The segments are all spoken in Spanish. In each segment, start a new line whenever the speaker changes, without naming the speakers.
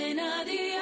Cadena Dial.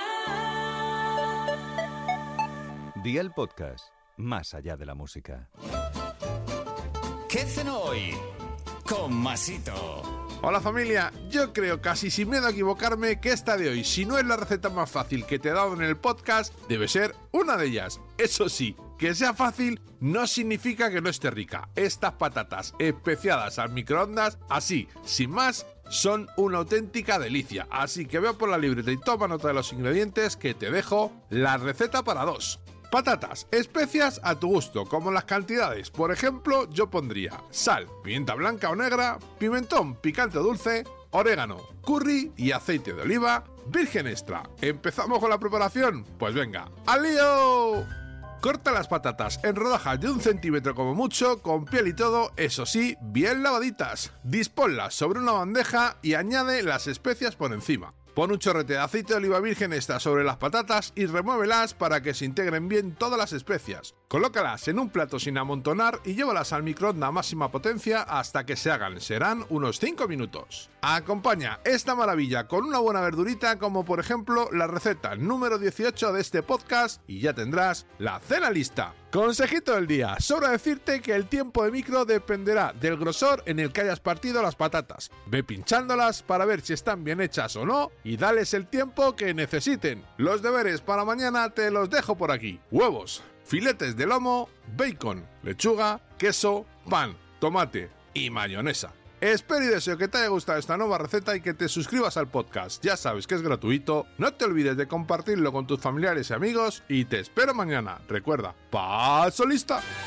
Dial Podcast, más allá de la música.
¿Qué cenó hoy? Con Masito.
Hola familia, yo creo casi sin miedo a equivocarme que esta de hoy, si no es la receta más fácil que te he dado en el podcast, debe ser una de ellas. Eso sí, que sea fácil no significa que no esté rica. Estas patatas especiadas al microondas, así, sin más, son una auténtica delicia. Así que ve por la libreta y toma nota de los ingredientes que te dejo la receta para dos. Patatas, especias a tu gusto, como las cantidades. Por ejemplo, yo pondría sal, pimienta blanca o negra, pimentón picante o dulce, orégano, curry y aceite de oliva virgen extra. ¿Empezamos con la preparación? Pues venga, ¡al lío! Corta las patatas en rodajas de 1 centímetro como mucho, con piel y todo, eso sí, bien lavaditas. Disponlas sobre una bandeja y añade las especias por encima. Pon un chorrete de aceite de oliva virgen extra sobre las patatas y remuévelas para que se integren bien todas las especias. Colócalas en un plato sin amontonar y llévalas al microondas a máxima potencia hasta que se hagan. Serán unos 5 minutos. Acompaña esta maravilla con una buena verdurita, como por ejemplo la receta número 18 de este podcast, y ya tendrás la cena lista. Consejito del día: sobra decirte que el tiempo de micro dependerá del grosor en el que hayas partido las patatas. Ve pinchándolas para ver si están bien hechas o no y dales el tiempo que necesiten. Los deberes para mañana te los dejo por aquí: huevos, filetes de lomo, bacon, lechuga, queso, pan, tomate y mayonesa. Espero y deseo que te haya gustado esta nueva receta y que te suscribas al podcast. Ya sabes que es gratuito, no te olvides de compartirlo con tus familiares y amigos y te espero mañana. Recuerda, ¡paso lista!